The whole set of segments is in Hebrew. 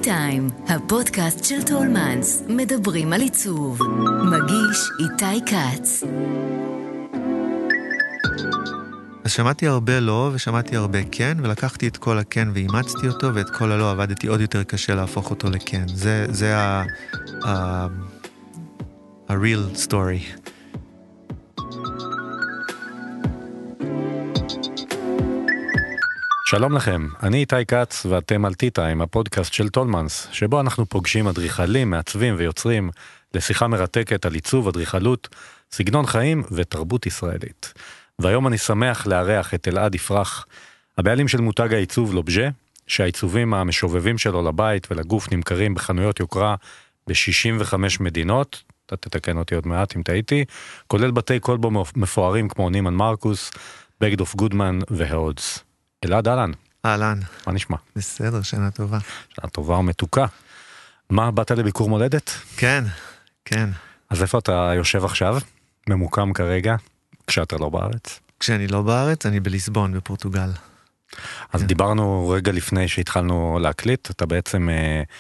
טיים, הפודקאסט של טולמנס, מדברים על עיצוב. מגיש איתי קץ. אז שמעתי הרבה לא ושמעתי הרבה כן, ולקחתי את כל הכן ואימצתי אותו, ואת כל הלא עבדתי עוד יותר קשה להפוך אותו לכן. זה real story. שלום לכם, אני איתי קץ ואתם על טיים, הפודקאסט של טולמנס, שבו אנחנו פוגשים אדריכלים, מעצבים ויוצרים לשיחה מרתקת על עיצוב, אדריכלות, סגנון חיים ותרבות ישראלית. והיום אני שמח לארח את אלעד יפרח, הבעלים של מותג העיצוב לובז'ה, שהעיצובים המשובבים שלו לבית ולגוף נמכרים בחנויות יוקרה ב-65 מדינות, אתה תתקן אותי עוד מעט אם טעיתי, כולל בתי קולבו מפוארים כמו נימן מרקוס, בגדוף גודמן והודס. אלעד, אהלן. אהלן. מה נשמע? בסדר, שנה טובה. שנה טובה ומתוקה. מה, באת לביקור מולדת? כן, כן. אז איפה אתה יושב עכשיו? ממוקם כרגע, כשאתה לא בארץ? כשאני לא בארץ, אני בליסבון, בפורטוגל. אז דיברנו רגע לפני שהתחלנו להקליט, אתה בעצם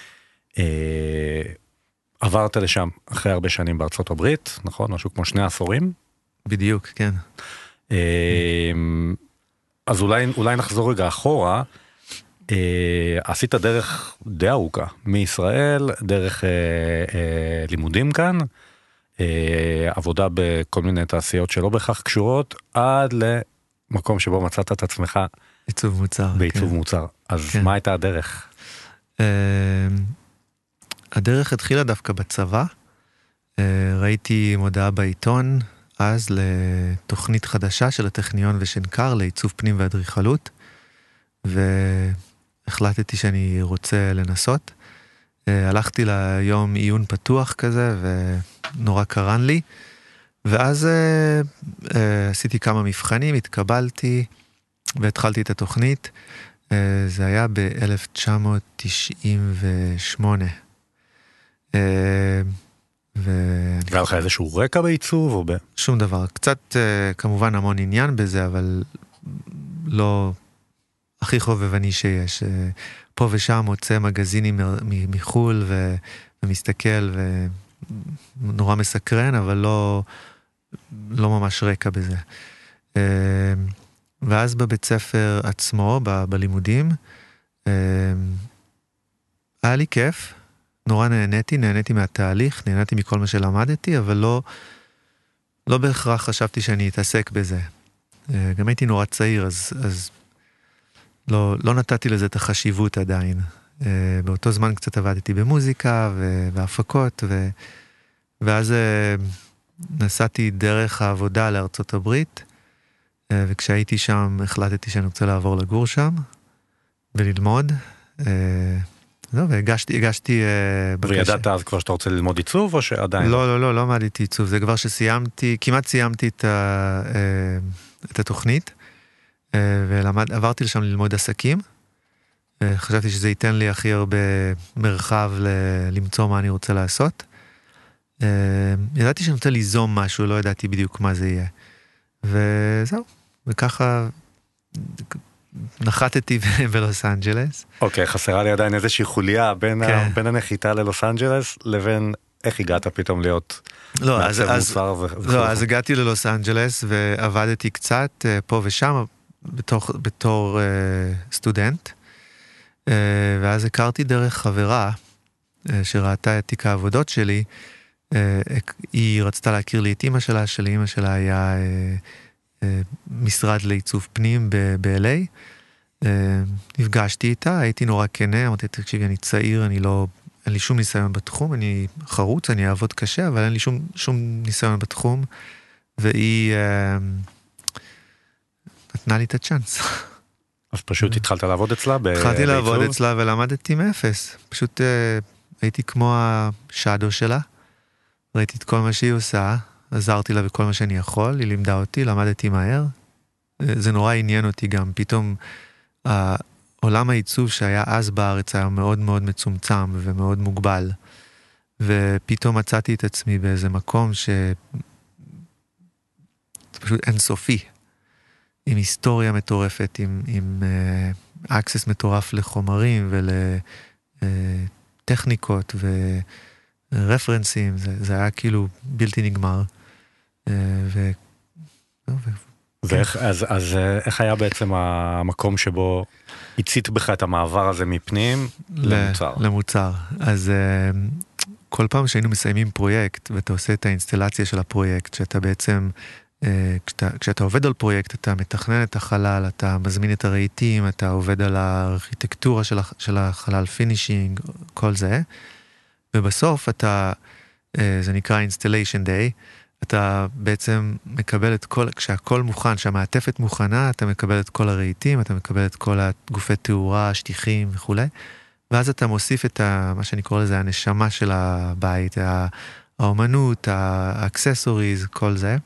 עברת לשם אחרי הרבה שנים בארצות הברית, נכון? משהו כמו 2 עשורים? בדיוק, כן. אז אולי נחזור רגע אחורה, עשית דרך די ארוכה, מישראל, דרך לימודים כאן, עבודה בכל מיני תעשיות שלא בהכרח קשורות, עד למקום שבו מצאת את עצמך עיצוב מוצר. בעיצוב מוצר. אז מה הייתה הדרך? הדרך התחילה דווקא בצבא, ראיתי מודעה בעיתון, אז לתוכנית חדשה של הטכניון ושנקר לעיצוב פנים ואדריכלות, והחלטתי שאני רוצה לנסות. הלכתי ליום עיון פתוח כזה, ונורא קרן לי, ואז עשיתי כמה מבחנים, התקבלתי, והתחלתי את התוכנית. זה היה ב-1998. והיה לך איזשהו רקע בעיצוב או שום דבר, קצת כמובן המון עניין בזה, אבל לא הכי חובבני שיש. פה ושם מוצא מגזינים מחול ומסתכל ונורא מסקרן, אבל לא ממש רקע בזה. ואז בבית ספר עצמו, בלימודים, היה לי כיף, נורא נהניתי מהתהליך, נהניתי מכל מה שלמדתי, אבל לא בהכרח חשבתי שאני אתעסק בזה. גם הייתי נורא צעיר, אז לא נתתי לזה את החשיבות עדיין. באותו זמן קצת עבדתי במוזיקה והפקות, ואז נסעתי דרך העבודה לארצות הברית, וכשהייתי שם החלטתי שאני רוצה לעבור לגור שם, וללמוד. והגשתי בקשה. וידעת אז כבר שאתה רוצה ללמוד עיצוב או שעדיין? לא למדתי עיצוב, זה כבר שסיימתי, כמעט סיימתי את התוכנית, ועברתי לשם ללמוד עסקים, חשבתי שזה ייתן לי הכי הרבה מרחב למצוא מה אני רוצה לעשות. ידעתי שאני רוצה ליזום משהו, לא ידעתי בדיוק מה זה יהיה. וזהו, וככה נחתתי בלוס אנג'לס. אוקיי, חסרה לי עדיין איזושהי חוליה בין הנחיתה ללוס אנג'לס לבין איך הגעת פתאום להיות מעצב מוצר אז הגעתי ללוס אנג'לס ועבדתי קצת פה ושם בתור סטודנט, ואז הכרתי דרך חברה שראתה את תיק העבודות שלי. היא רצתה להכיר לי את אמא שלה, שלאמא שלה היה משרד לעיצוב פנים ב-LA. נפגשתי איתה, הייתי נורא כנה, אמרתי, תקשיבי, אני צעיר, אין לי שום ניסיון בתחום, אני חרוץ, אני אעבוד קשה, אבל אין לי שום ניסיון בתחום, והיא נתנה לי את הצ'אנס. אז פשוט התחלת לעבוד אצלה בעיצוב? התחלתי לעבוד אצלה ולמדתי מאפס, פשוט הייתי כמו השאדו שלה, ראיתי את כל מה שהיא עושה, עזרתי לה בכל מה שאני יכול, היא לימדה אותי, למדתי מהר, זה נורא עניין אותי גם, פתאום עולם העיצוב שהיה אז בארץ היה מאוד מאוד מצומצם ומאוד מוגבל, ופתאום מצאתי את עצמי באיזה מקום זה פשוט אינסופי, עם היסטוריה מטורפת, עם access מטורף לחומרים טכניקות ורפרנסים, זה היה כאילו בלתי נגמר. אז איך היה בעצם המקום שבו הצית בך את המעבר הזה מפנים למוצר? למוצר. אז כל פעם שהיינו מסיימים פרויקט, ואתה עושה את האינסטלציה של הפרויקט, שאתה בעצם, כשאתה עובד על פרויקט, אתה מתכנן את החלל, אתה מזמין את הרהיטים, אתה עובד על הארכיטקטורה של החלל, פינישינג, כל זה, ובסוף אתה, זה נקרא installation day, אתה בעצם מקבל את כל, כשהכל מוכן, שהמעטפת מוכנה, אתה מקבל את כל הרהיטים, אתה מקבל את כל הגופי תאורה, שטיחים וכו'. ואז אתה מוסיף את מה שאני קורא לזה, הנשמה של הבית, האומנות, האקססוריז, כל זה.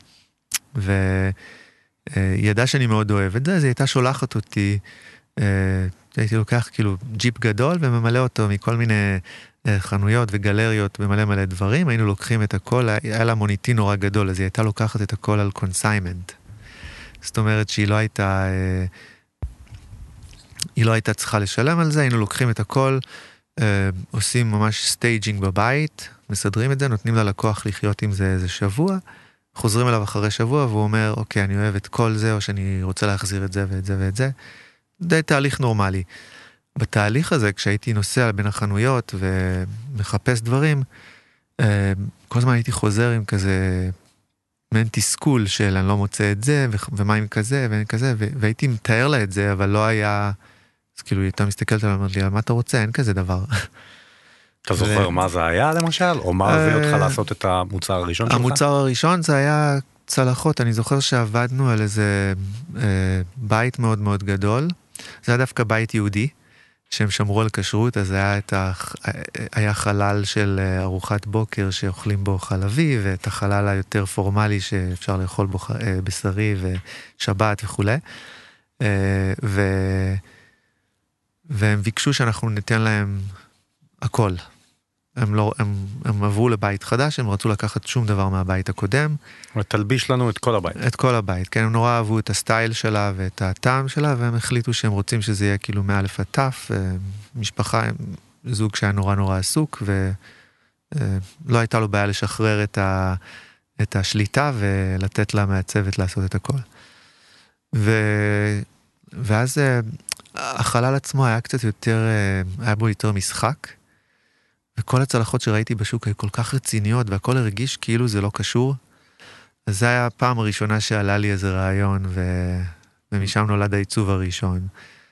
וידע שאני מאוד אוהב את זה, אז היא הייתה שולחת אותי, הייתי לוקח כאילו ג'יפ גדול וממלא אותו מכל מיני חנויות וגלריות ומלא מלא דברים, היינו לוקחים את הכל, היה לה מוניטין נורא גדול, אז היא הייתה לוקחת את הכל על קונסיימנט. זאת אומרת שהיא לא הייתה צריכה לשלם על זה, היינו לוקחים את הכל, עושים ממש סטייג'ינג בבית, מסדרים את זה, נותנים ללקוח לחיות עם זה איזה שבוע, חוזרים אליו אחרי שבוע, והוא אומר, אוקיי, אני אוהב את כל זה, או שאני רוצה להחזיר את זה ואת זה ואת זה. זה תהליך נורמלי. בתהליך הזה, כשהייתי נוסע בין החנויות ומחפש דברים, כל הזמן הייתי חוזר עם כזה מעין תסכול של אני לא מוצא את זה, ומה עם כזה ואין כזה, והייתי מתאר לה את זה, אבל לא היה, אז כאילו הייתה מסתכלת עליו, אמרת לי, מה אתה רוצה? אין כזה דבר. אתה זוכר מה זה היה למשל? או מה הביא אותך לעשות את המוצר הראשון שלך? המוצר הראשון זה היה צלחות, אני זוכר שעבדנו על איזה בית מאוד מאוד גדול, זה היה דווקא בית יהודי, שהם שמרו על כשרות, אז היה חלל של ארוחת בוקר שאוכלים בו חלבי, ואת החלל היותר פורמלי שאפשר לאכול בו בשרי ושבת וכו'. והם ביקשו שאנחנו ניתן להם הכל. הם עברו לבית חדש, הם רצו לקחת שום דבר מהבית הקודם. ותלביש לנו את כל הבית. את כל הבית, כן, הם נורא אהבו את הסטייל שלה ואת הטעם שלה, והם החליטו שהם רוצים שזה יהיה כאילו מאלף עד תף, משפחה, זוג שהיה נורא נורא עסוק, ולא הייתה לו בעיה לשחרר את השליטה, ולתת לה מהצוות לעשות את הכל. ואז החלל עצמו היה קצת יותר, היה בו יותר משחק, וכל הצלחות שראיתי בשוק היו כל כך רציניות, והכל הרגיש כאילו זה לא קשור. אז זה היה הפעם הראשונה שעלה לי איזה רעיון, ומשם נולד העיצוב הראשון.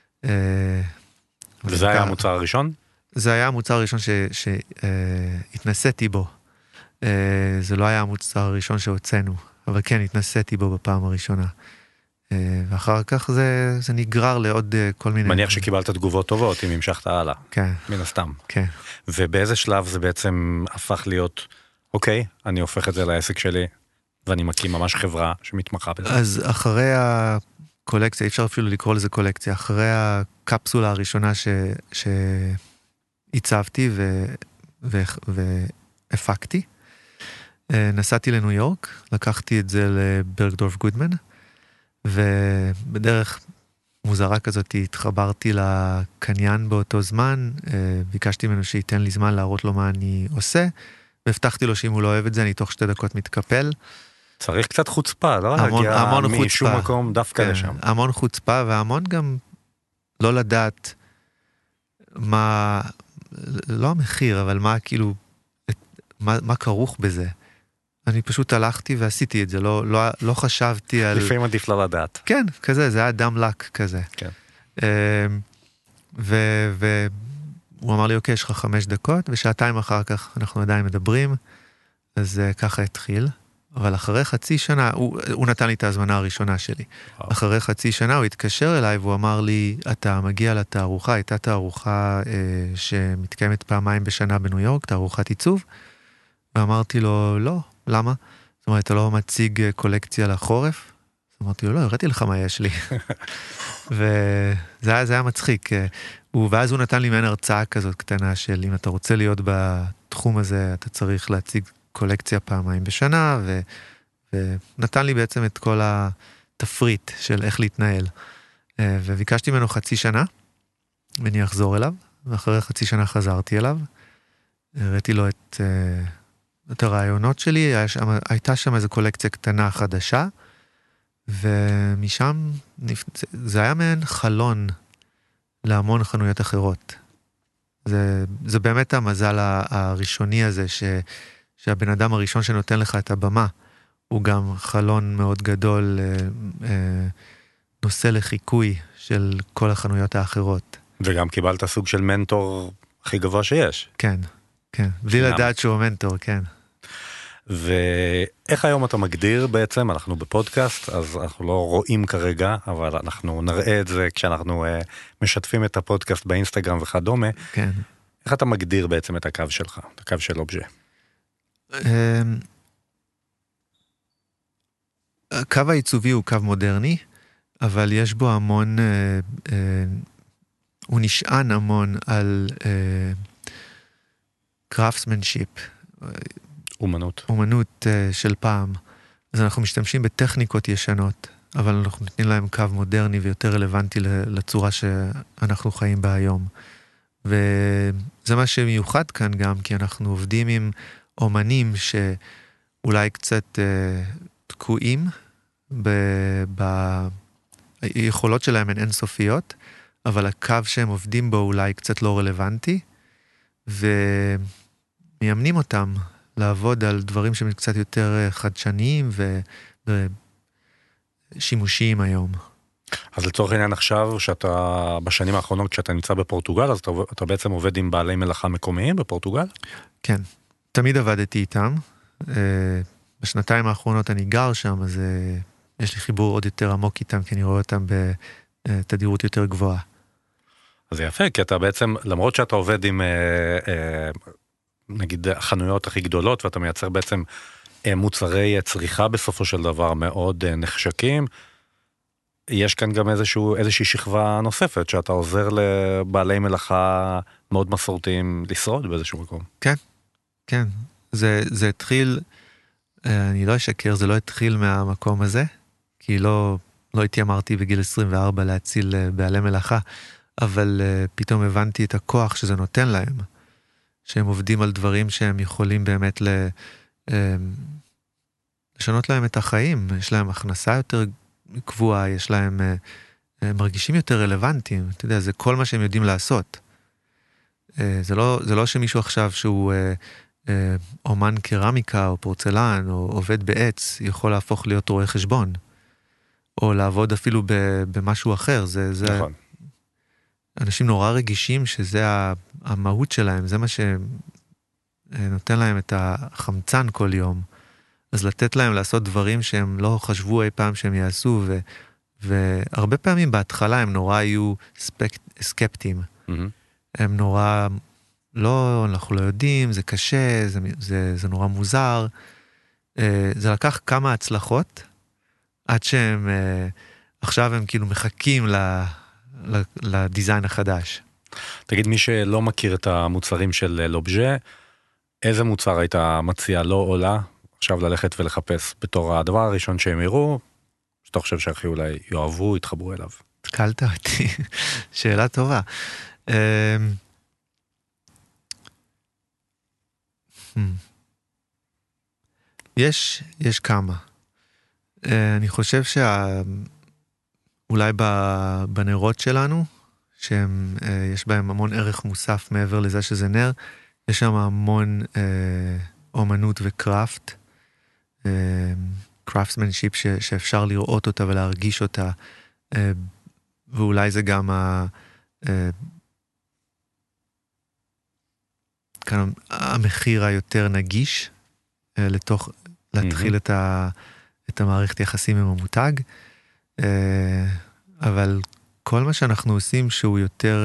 וזה היה המוצר הראשון? זה היה המוצר הראשון שהתנסיתי בו. זה לא היה המוצר הראשון שהוצאנו, אבל כן, התנסיתי בו בפעם הראשונה. ואחר כך זה נגרר לעוד כל מיני... מניח שקיבלת תגובות טובות אם המשכת הלאה. כן. מן הסתם. כן. ובאיזה שלב זה בעצם הפך להיות, אוקיי, אני הופך את זה לעסק שלי, ואני מקים ממש חברה שמתמחה בזה. אז אחרי הקולקציה, אי אפשר אפילו לקרוא לזה קולקציה, אחרי הקפסולה הראשונה שהצבתי והפקתי, נסעתי לניו יורק, לקחתי את זה לברגדורף גודמן, ובדרך מוזרה כזאת התחברתי לקניין באותו זמן, ביקשתי ממנו שייתן לי זמן להראות לו מה אני עושה, והבטחתי לו שאם הוא לא אוהב את זה, אני תוך 2 דקות מתקפל. צריך קצת חוצפה, לא להגיע משום מקום דווקא לשם. המון חוצפה, והמון גם לא לדעת מה, לא המחיר, אבל מה כאילו, מה כרוך בזה. אני פשוט הלכתי ועשיתי את זה, לא חשבתי על... לפעמים עדיף לא לדעת. כן, כזה, זה היה דם לק כזה. כן. והוא אמר לי, אוקיי, יש לך 5 דקות, ושעתיים אחר כך אנחנו עדיין מדברים, אז ככה התחיל. אבל אחרי חצי שנה, הוא נתן לי את ההזמנה הראשונה שלי. אחרי חצי שנה הוא התקשר אליי, והוא אמר לי, אתה מגיע לתערוכה, הייתה תערוכה שמתקיימת פעמיים בשנה בניו יורק, תערוכת עיצוב, ואמרתי לו, לא, למה? זאת אומרת, אתה לא מציג קולקציה לחורף? אז אמרתי לו, לא, הראיתי לך מה יש לי. וזה היה מצחיק. ואז הוא נתן לי מעין הרצאה כזאת קטנה של אם אתה רוצה להיות בתחום הזה, אתה צריך להציג קולקציה פעמיים בשנה, ונתן לי בעצם את כל התפריט של איך להתנהל. וביקשתי ממנו חצי שנה, ואני אחזור אליו, ואחרי חצי שנה חזרתי אליו, הראיתי לו את הרעיונות שלי, הייתה שם איזו קולקציה קטנה חדשה, ומשם זה היה מעין חלון להמון חנויות אחרות. זה באמת המזל הראשוני הזה, שהבן אדם הראשון שנותן לך את הבמה, הוא גם חלון מאוד גדול, נושא לחיקוי של כל החנויות האחרות. וגם קיבלת סוג של מנטור הכי גבוה שיש. כן, כן. בלי לדעת שהוא מנטור, כן. ואיך היום אתה מגדיר בעצם, אנחנו בפודקאסט, אז אנחנו לא רואים כרגע, אבל אנחנו נראה את זה כשאנחנו משתפים את הפודקאסט באינסטגרם וכדומה. כן. איך אתה מגדיר בעצם את הקו שלך, את הקו של אובז'ה? הקו העיצובי הוא קו מודרני, אבל יש בו המון, הוא נשען המון על craftsmanship. אומנות של פעם. אז אנחנו משתמשים בטכניקות ישנות, אבל אנחנו נותנים להם קו מודרני ויותר רלוונטי לצורה שאנחנו חיים בה היום. וזה מה שמיוחד כאן גם, כי אנחנו עובדים עם אומנים שאולי קצת תקועים, היכולות שלהם הן אינסופיות, אבל הקו שהם עובדים בו אולי קצת לא רלוונטי, ומיימנים אותם לעבוד על דברים שהם קצת יותר חדשניים ושימושיים היום. אז לצורך העניין עכשיו, שאתה בשנים האחרונות, כשאתה נמצא בפורטוגל, אז אתה בעצם עובד עם בעלי מלאכה מקומיים בפורטוגל? כן, תמיד עבדתי איתם. בשנתיים האחרונות אני גר שם, אז יש לי חיבור עוד יותר עמוק איתם, כי אני רואה אותם בתדירות יותר גבוהה. אז זה יפה, כי אתה בעצם, למרות שאתה עובד עם, נגיד, החנויות הכי גדולות, ואתה מייצר בעצם מוצרי צריכה בסופו של דבר מאוד נחשקים, יש כאן גם איזושהי שכבה נוספת, שאתה עוזר לבעלי מלאכה מאוד מסורתיים לשרוד באיזשהו מקום. כן, כן. זה התחיל, אני לא אשקר, זה לא התחיל מהמקום הזה, כי לא התיימרתי בגיל 24 להציל בעלי מלאכה, אבל פתאום הבנתי את הכוח שזה נותן להם, שהם עובדים על דברים שהם יכולים באמת לשנות להם את החיים, יש להם הכנסה יותר קבועה, יש להם, מרגישים יותר רלוונטיים, אתה יודע, זה כל מה שהם יודעים לעשות. זה לא שמישהו עכשיו שהוא אומן קרמיקה או פורצלן או עובד בעץ, יכול להפוך להיות רואה חשבון, או לעבוד אפילו במשהו אחר, נכון. אנשים נורא רגישים שזה המהות שלהם, זה מה שנותן להם את החמצן כל יום. אז לתת להם לעשות דברים שהם לא חשבו אי פעם שהם יעשו, והרבה פעמים בהתחלה הם נורא היו סקפטיים. הם נורא, אנחנו לא יודעים, זה קשה, זה נורא מוזר. זה לקח כמה הצלחות, עד שהם, עכשיו הם כאילו מחכים לדיזיין החדש. תגיד, מי שלא מכיר את המוצרים של לובז'ה, איזה מוצר היית מציע לו או לה, עכשיו ללכת ולחפש בתור הדבר הראשון שהם יראו, שאתה חושב שהכי אולי יאהבו, יתחברו אליו? תקלת אותי, שאלה טובה. יש כמה. אני חושב אולי בנרות שלנו, שיש בהם המון ערך מוסף מעבר לזה שזה נר, יש שם המון אומנות וקראפט, craftsmanship שאפשר לראות אותה ולהרגיש אותה, ואולי זה גם המחיר היותר נגיש, להתחיל את המערכת יחסים עם המותג, אבל כל מה שאנחנו עושים שהוא יותר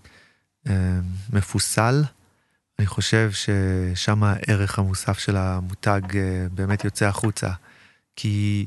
מפוסל, אני חושב ששם הערך המוסף של המותג באמת יוצא החוצה, כי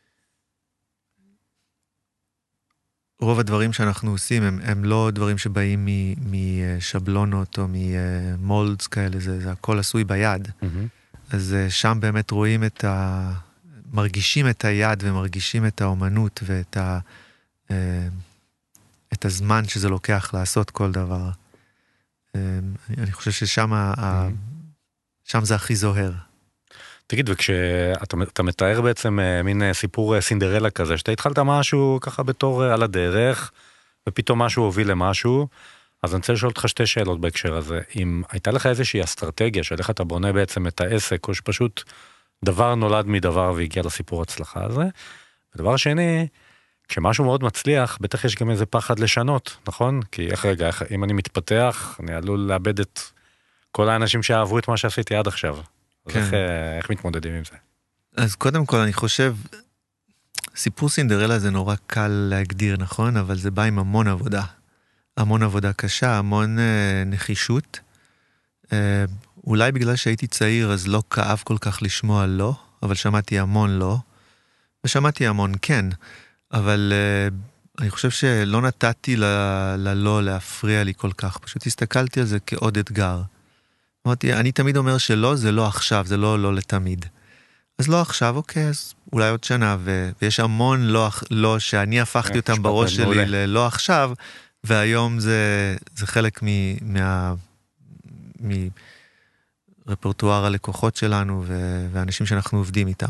רוב הדברים שאנחנו עושים הם לא דברים שבאים משבלונות או ממולדס כאלה, זה הכל עשוי ביד. אז שם באמת רואים מרגישים את היד ומרגישים את האומנות ואת את הזמן שזה לוקח לעשות כל דבר. אני חושב ששם שם זה הכי זוהר. תגיד, וכשאתה מתאר בעצם מין סיפור סינדרלה כזה, שאתה התחלת משהו ככה בתור על הדרך, ופתאום משהו הוביל למשהו, אז אני רוצה לשאול אותך שתי שאלות בהקשר הזה. אם הייתה לך איזושהי אסטרטגיה של איך אתה בונה בעצם את העסק, או שפשוט דבר נולד מדבר והגיע לסיפור הצלחה הזה. ודבר שני, כשמשהו מאוד מצליח, בטח יש גם איזה פחד לשנות, נכון? כי אם אני מתפתח, אני עלול לאבד את כל האנשים שאהבו את מה שעשיתי עד עכשיו. אז איך מתמודדים עם זה? אז קודם כל אני חושב, סיפור סינדרלה זה נורא קל להגדיר, נכון? אבל זה בא עם המון עבודה. המון עבודה קשה, המון נחישות. אולי בגלל שהייתי צעיר, אז לא כאב כל כך לשמוע לא, אבל שמעתי המון לא, ושמעתי המון כן. אבל אני חושב שלא נתתי ללא להפריע לי כל כך. פשוט הסתכלתי על זה כעוד אתגר. אמרתי, אני תמיד אומר שלא, זה לא עכשיו, זה לא לתמיד. אז לא עכשיו, אוקיי, אז אולי עוד שנה, ויש המון לא שאני הפכתי אותם בראש שלי ללא עכשיו, והיום זה חלק מרפרטואר הלקוחות שלנו, והאנשים שאנחנו עובדים איתם.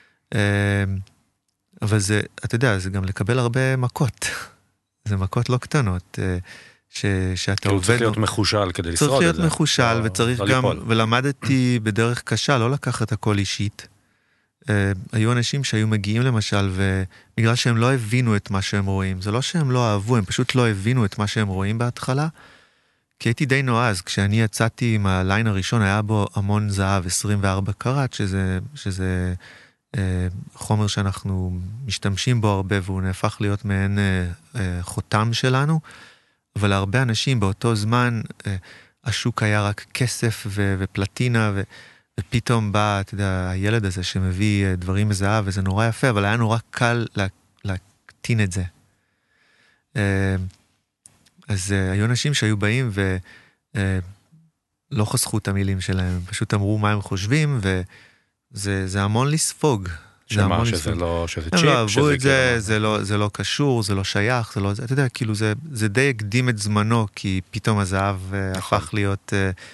אבל זה, אתה יודע, זה גם לקבל הרבה מכות. זה מכות לא קטנות, שאתה עובד... צריך להיות מחושל כדי לשרוד את זה. צריך להיות מחושל, וצריך גם, ולמדתי בדרך קשה, לא לקחת הכל אישית. היו אנשים שהיו מגיעים למשל, ובגלל שהם לא הבינו את מה שהם רואים, זה לא שהם לא אהבו, הם פשוט לא הבינו את מה שהם רואים בהתחלה, כי הייתי די נועז, כשאני יצאתי עם הליין הראשון, היה בו המון זהב, 24 קראט, שזה חומר שאנחנו משתמשים בו הרבה, והוא נהפך להיות מעין חותם שלנו, אבל הרבה אנשים באותו זמן, השוק היה רק כסף ופלטינה, ופתאום בא, אתה יודע, הילד הזה שמביא דברים מזהב, וזה נורא יפה, אבל היה נורא קל להקטין את זה. אז היו אנשים שהיו באים ולא חסכו את המילים שלהם, פשוט אמרו מה הם חושבים, וזה המון לספוג. שמה, שזה לא, שזה צ'יפ, הם לא אהבו את זה, זה לא קשור, זה לא שייך, זה לא, אתה יודע, כאילו זה די הקדים את זמנו, כי פתאום הזהב הפך להיות...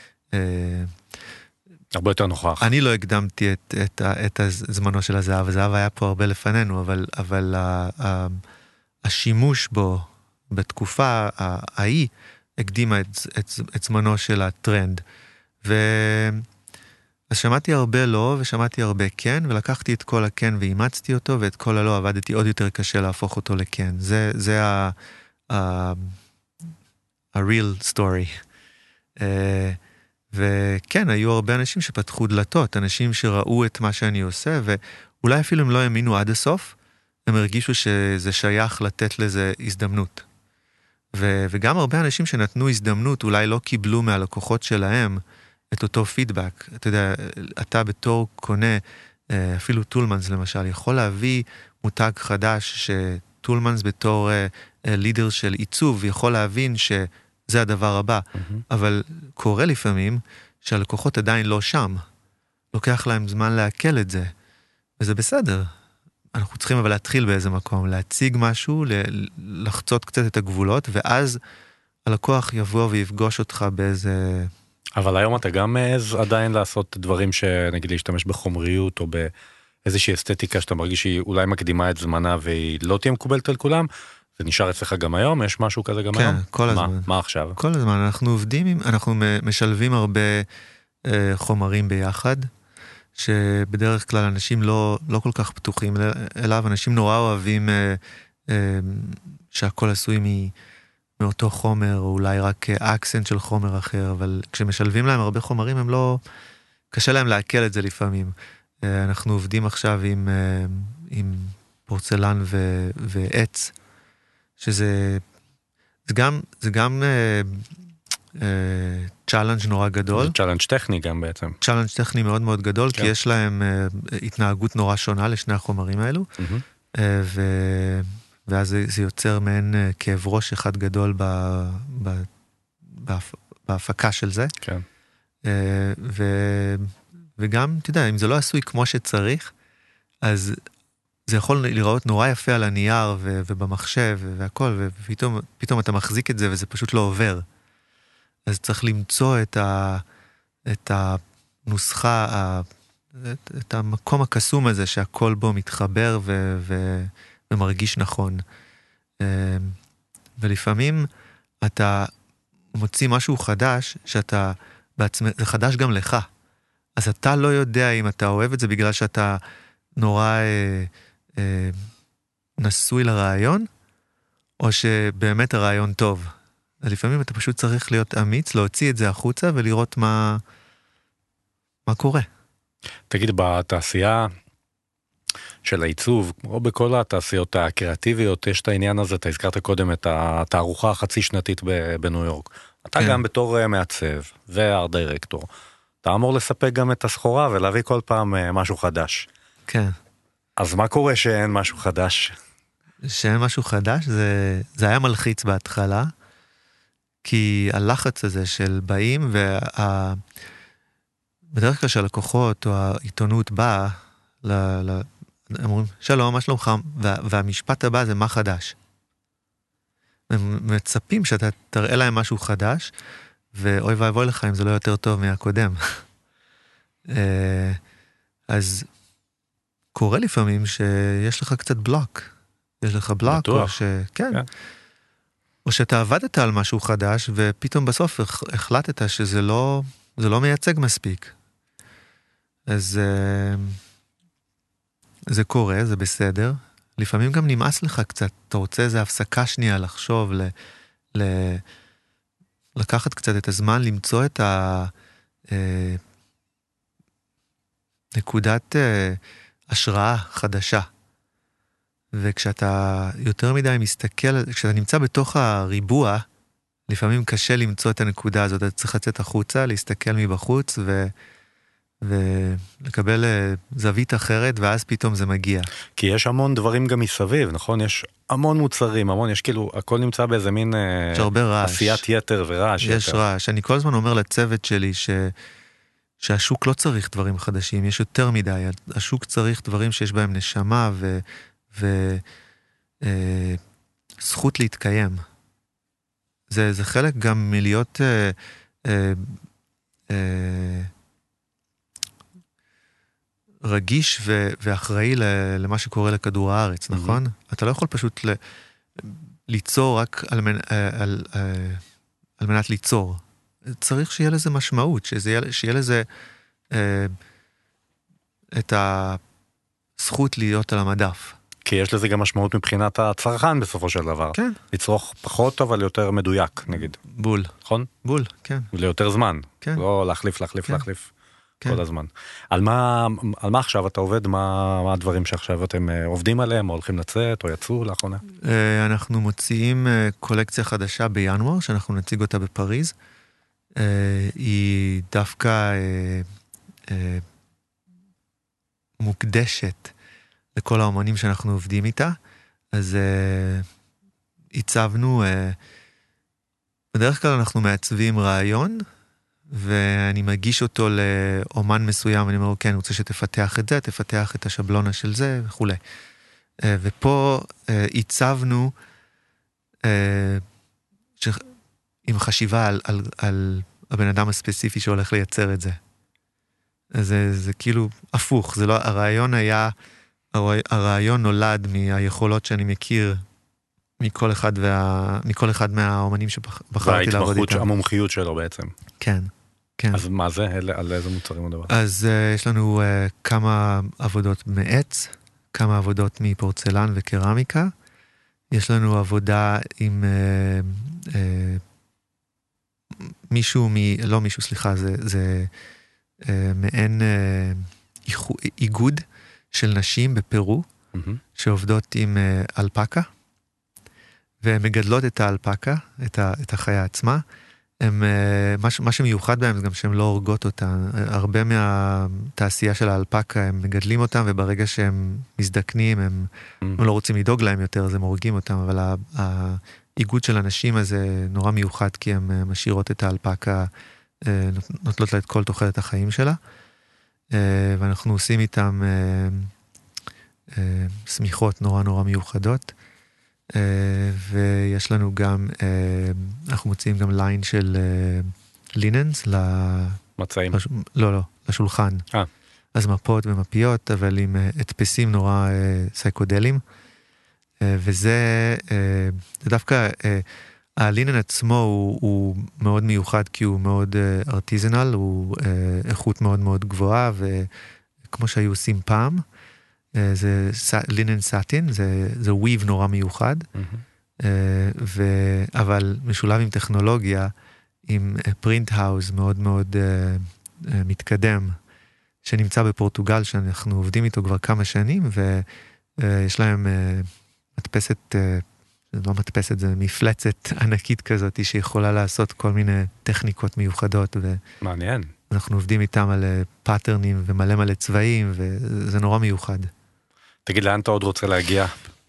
הרבה יותר נוכח. אני לא הקדמתי את זמנו של הזהב, הזהב היה פה הרבה לפנינו, אבל השימוש בו בתקופה ההיא הקדימה את זמנו של הטרנד. אז שמעתי הרבה לא, ושמעתי הרבה כן, ולקחתי את כל הכן ואימצתי אותו, ואת כל הלא עבדתי עוד יותר קשה להפוך אותו לכן. זה ה-real story. וכן, היו הרבה אנשים שפתחו דלתות, אנשים שראו את מה שאני עושה, ואולי אפילו הם לא האמינו עד הסוף, הם הרגישו שזה שייך לתת לזה הזדמנות. וגם הרבה אנשים שנתנו הזדמנות, אולי לא קיבלו מהלקוחות שלהם את אותו פידבק. אתה יודע, אתה בתור קונה, אפילו טולמנס למשל, יכול להביא מותג חדש, שטולמנס בתור לידר של עיצוב, יכול להבין זה הדבר הבא, אבל קורה לפעמים שהלקוחות עדיין לא שם. לוקח להם זמן להקל את זה, וזה בסדר. אנחנו צריכים אבל להתחיל באיזה מקום, להציג משהו, לחצות קצת את הגבולות, ואז הלקוח יבוא ויפגוש אותך באיזה... אבל היום אתה גם מעז עדיין לעשות דברים שנגיד להשתמש בחומריות, או באיזושהי אסתטיקה שאתה מרגיש שהיא אולי מקדימה את זמנה, והיא לא תהיה מקובלת על כולם, זה נשאר אצלך גם היום? יש משהו כזה גם היום? כן, כל הזמן. מה עכשיו? כל הזמן. אנחנו עובדים, אנחנו משלבים הרבה חומרים ביחד, שבדרך כלל אנשים לא כל כך פתוחים אליו, אנשים נורא אוהבים שהכל עשוי מאותו חומר, או אולי רק אקסנט של חומר אחר, אבל כשמשלבים להם הרבה חומרים, הם לא... קשה להם לעכל את זה לפעמים. אנחנו עובדים עכשיו עם פורצלן ועץ, שזה גם צ'אלנג' נורא גדול. זה צ'אלנג' טכני גם בעצם. צ'אלנג' טכני מאוד מאוד גדול, כי יש להם התנהגות נורא שונה לשני החומרים האלו, ואז זה יוצר מעין כאב ראש אחד גדול בהפקה של זה. כן. וגם, אתה יודע, אם זה לא עשוי כמו שצריך, אז זה יכול לראות נורא יפה על הנייר ובמחשב והכל, ופתאום אתה מחזיק את זה וזה פשוט לא עובר. אז צריך למצוא את הנוסחה, את המקום הקסום הזה שהכל בו מתחבר ומרגיש נכון. ולפעמים אתה מוציא משהו חדש, שאתה בעצמך, זה חדש גם לך. אז אתה לא יודע אם אתה אוהב את זה בגלל שאתה נורא נשוי לרעיון, או שבאמת הרעיון טוב. לפעמים אתה פשוט צריך להיות אמיץ, להוציא את זה החוצה ולראות מה קורה. תגיד, בתעשייה של העיצוב, או בכל התעשיות הקריאטיביות, יש את העניין הזה, אתה הזכרת קודם את התערוכה החצי שנתית בניו יורק. אתה גם בתור מעצב וארט דירקטור, אתה אמור לספק גם את הסחורה ולהביא כל פעם משהו חדש. כן. אז מה קורה שאין משהו חדש? שאין משהו חדש, זה היה מלחיץ בהתחלה, כי הלחץ הזה של באים, בדרך כלל שהלקוחות או העיתונות באה, אומרים, שלום, מה שלומך? והמשפט הבא זה מה חדש. הם מצפים שאתה תראה להם משהו חדש, ואוי ואבוי לך אם זה לא יותר טוב מהקודם. אז קורה לפעמים שיש לך קצת בלוק. יש לך בלוק, כן. או שאתה עבדת על משהו חדש, ופתאום בסוף החלטת שזה לא מייצג מספיק. אז זה קורה, זה בסדר. לפעמים גם נמאס לך קצת, אתה רוצה איזו הפסקה שנייה לחשוב, לקחת קצת את הזמן, למצוא את נקודת השראה חדשה. וכשאתה יותר מדי מסתכל, כשאתה נמצא בתוך הריבוע, לפעמים קשה למצוא את הנקודה הזאת, אתה צריך לצאת החוצה, להסתכל מבחוץ ולקבל זווית אחרת, ואז פתאום זה מגיע. כי יש המון דברים גם מסביב, נכון? יש המון מוצרים, יש כאילו, הכל נמצא באיזה מין עשיית יתר ורעש. יש רעש. אני כל הזמן אומר לצוות שלי שהשוק לא צריך דברים חדשים, יש יותר מדי. השוק צריך דברים שיש בהם נשמה זכות להתקיים. זה חלק גם מלהיות רגיש ואחראי למה שקורה לכדור הארץ, נכון? אתה לא יכול פשוט ליצור רק על מנת ליצור. צריך שיהיה לזה משמעות, שיהיה לזה את הזכות להיות על המדף. כי יש לזה גם משמעות מבחינת הצרכן בסופו של דבר. כן. לצרוך פחות אבל יותר מדויק, נגיד. בול. נכון? בול, כן. ליותר זמן. כן. לא להחליף כן. כל הזמן. על מה עכשיו אתה עובד? מה הדברים שעכשיו אתם עובדים עליהם, או הולכים לצאת, או יצאו לאחרונה? אנחנו מוציאים קולקציה חדשה בינואר, שאנחנו נציג אותה בפריז. היא דווקא מוקדשת לכל האומנים שאנחנו עובדים איתה, אז הצבנו, בדרך כלל אנחנו מעצבים רעיון, ואני מגיש אותו לאומן מסוים, ואני אומר, כן, אני רוצה שתפתח את זה, תפתח את השבלונה של זה, וכו'. ופה הצבנו עם חשיבה על הבן אדם הספציפי שהולך לייצר את זה. אז זה כאילו הפוך, זה לא, הרעיון נולד מהיכולות שאני מכיר מכל אחד מהאומנים שבחרתי לעבוד איתם. המומחיות שלו בעצם. כן, כן. אז מה זה? על איזה מוצרים הוא דבר? אז יש לנו כמה עבודות מעץ, כמה עבודות מפורצלן וקרמיקה. יש לנו עבודה עם זה מעין איגוד של נשים בפרו, שעובדות עם אלפקה, והן מגדלות את האלפקה, את החיה עצמה. מה שמיוחד בהם זה גם שהן לא הורגות אותה. הרבה מהתעשייה של האלפקה, הם מגדלים אותם, וברגע שהם מזדקנים, הם לא רוצים לדאוג להם יותר, אז הם הורגים אותם, אבל האיגוד של הנשים הזה נורא מיוחד, כי הן משאירות את האלפקה, נוטלות לה את כל תוחלת החיים שלה, ואנחנו עושים איתם סמיכות נורא נורא מיוחדות. ויש לנו גם, אנחנו מוציאים גם ליין של ליננס, מצעים. לא, לשולחן. אז מפות ומפיות, אבל עם הדפסים נורא סייקודלים. וזה דווקא, הלינן עצמו הוא מאוד מיוחד, כי הוא מאוד ארטיזנל, הוא איכות מאוד מאוד גבוהה, וכמו שהיו עושים פעם, זה לינן סאטין, זה וויב נורא מיוחד, אבל משולב עם טכנולוגיה, עם פרינט האוס מאוד מאוד מתקדם, שנמצא בפורטוגל, שאנחנו עובדים איתו כבר כמה שנים, ויש להם מדפסת, זה לא מדפסת, זה מפלצת ענקית כזאת, שיכולה לעשות כל מיני טכניקות מיוחדות. מעניין. אנחנו עובדים איתם על פאטרנים ומלא צבעים, וזה נורא מיוחד. תגיד, לאן אתה עוד רוצה להגיע?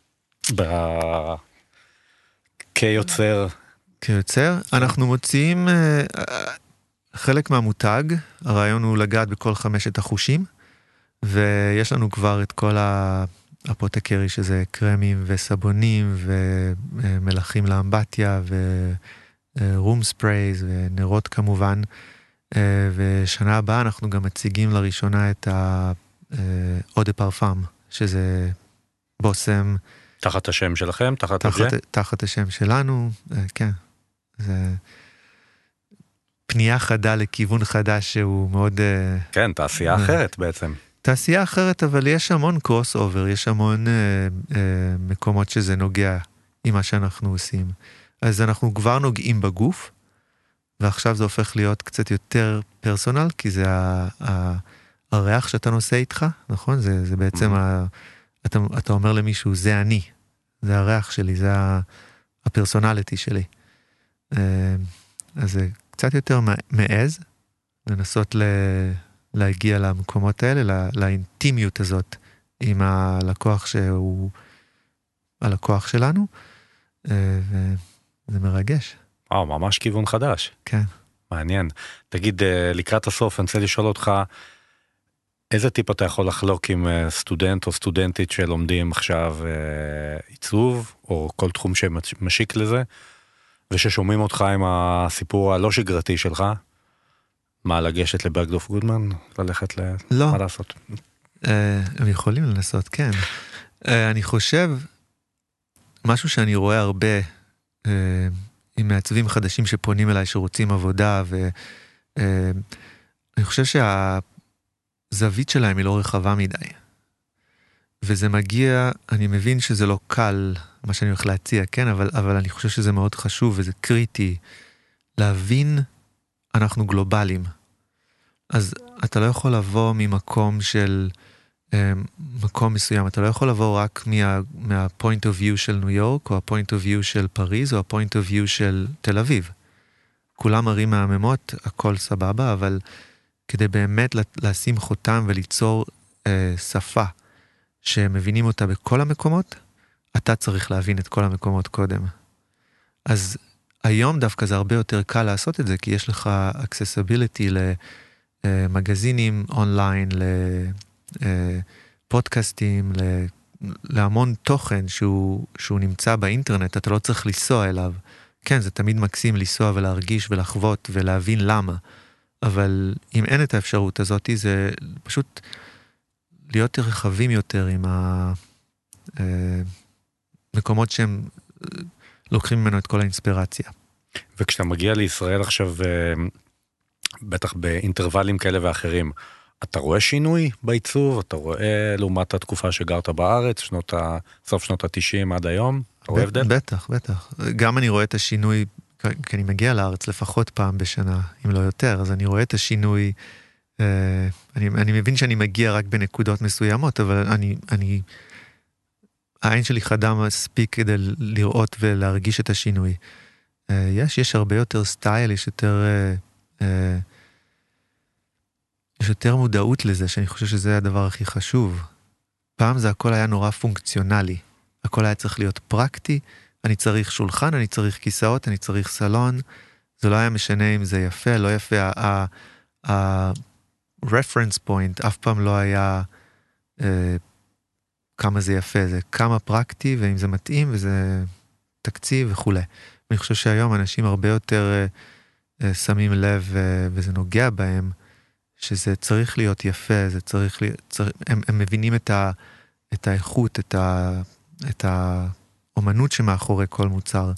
כיוצר? כיוצר? אנחנו מוציאים חלק מהמותג, הרעיון הוא לגעת בכל 5 החושים, ויש לנו כבר את כל הפוטקרי, שזה קרמים וסבונים ומלחים לאמבטיה ורום ספרייז ונרות כמובן, ושנה הבאה אנחנו גם מציגים לראשונה את עוד פרפם, שזה בוסם. תחת השם שלכם? תחת השם שלנו, כן. זה פנייה חדה לכיוון חדש שהוא מאוד... כן, תעשייה אחרת בעצם. תעשייה אחרת, אבל יש המון קרוס אובר, יש המון מקומות שזה נוגע עם מה שאנחנו עושים. אז אנחנו כבר נוגעים בגוף, ועכשיו זה הופך להיות קצת יותר פרסונל, כי זה הריח שאתה נושא איתך, נכון? זה בעצם, אתה אומר למישהו, זה אני, זה הריח שלי, זה הפרסונליטי שלי. אז זה קצת יותר מעז, לנסות להגיע למקומות האלה, לאינטימיות הזאת, עם הלקוח שהוא הלקוח שלנו, וזה מרגש. ממש כיוון חדש. כן. מעניין. תגיד, לקראת הסוף, אני רוצה לשאול אותך, איזה טיפ אתה יכול לחלוק עם סטודנט או סטודנטית שלומדים עכשיו עיצוב, או כל תחום שמשיק לזה, וששומעים אותך עם הסיפור הלא שגרתי שלך, מה, לגשת לברגדוף גודמן? ללכת לא. מה לעשות? הם יכולים לנסות, כן. אני חושב, משהו שאני רואה הרבה, עם מעצבים חדשים שפונים אליי, שרוצים עבודה, ואני חושב שהזווית שלהם היא לא רחבה מדי. וזה מגיע, אני מבין שזה לא קל, מה שאני הולך להציע, כן? אבל אני חושב שזה מאוד חשוב, וזה קריטי, להבין, אנחנו גלובליים. אז אתה לא יכול לבוא ממקום של, מקום מסוים, אתה לא יכול לבוא רק מה-point of view של ניו יורק, או ה-point of view של פריז, או ה-point of view של תל אביב. כולם ערים מהממות, הכל סבבה, אבל כדי באמת לשים חותם וליצור שפה שמבינים אותה בכל המקומות, אתה צריך להבין את כל המקומות קודם. אז היום דווקא זה הרבה יותר קל לעשות את זה, כי יש לך accessibility למגזינים אונליין, לפודקאסטים, להמון תוכן שהוא נמצא באינטרנט, אתה לא צריך לנסוע אליו. כן, זה תמיד מקסים לנסוע ולהרגיש ולחוות ולהבין למה, אבל אם אין את האפשרות הזאת, זה פשוט להיות רחבים יותר עם המקומות שהם לוקחים ממנו את כל האינספירציה. וכשאתה מגיע לישראל עכשיו, בטח באינטרוולים כאלה ואחרים, אתה רואה שינוי בעיצוב? אתה רואה לעומת התקופה שגרת בארץ, סוף שנות ה-90 עד היום? אתה רואה הבדל? בטח, בטח. גם אני רואה את השינוי, כי אני מגיע לארץ לפחות פעם בשנה, אם לא יותר, אז אני רואה את השינוי, אני מבין שאני מגיע רק בנקודות מסוימות, אבל העין שלי חדה מספיק כדי לראות ולהרגיש את השינוי. יש הרבה יותר סטייל, יש יותר מודעות לזה, שאני חושב שזה הדבר הכי חשוב. פעם זה הכל היה נורא פונקציונלי. הכל היה צריך להיות פרקטי, אני צריך שולחן, אני צריך כיסאות, אני צריך סלון. זה לא היה משנה אם זה יפה, לא יפה. ה-reference point אף פעם לא היה כמה זה יפה, זה כמה פרקטי, ואם זה מתאים, וזה תקציב וכו'. אני חושב שהיום אנשים הרבה יותר שמים לב, וזה נוגע בהם, שזה צריך להיות יפה, זה צריך להיות, הם מבינים את האיכות, את האומנות שמאחורי כל מוצר.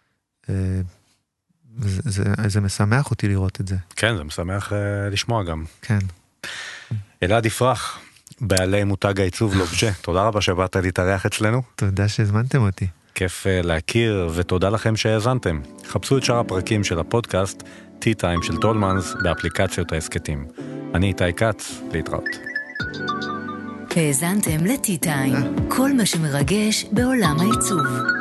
זה משמח אותי לראות את זה. כן, זה משמח לשמוע גם. כן. אלעד יפרח, בעלי מותג העיצוב לובז'ה, תודה רבה שבאת להתארח אצלנו. תודה שהזמנתם אותי. כיף להכיר, ותודה לכם שהאזנתם. חפשו את שאר הפרקים של הפודקאסט, Tea Time של טולמנס, באפליקציות העסקתים. אני איתי כץ, להתראות. האזנתם ל-Tea Time, כל מה שמרגש בעולם העיצוב.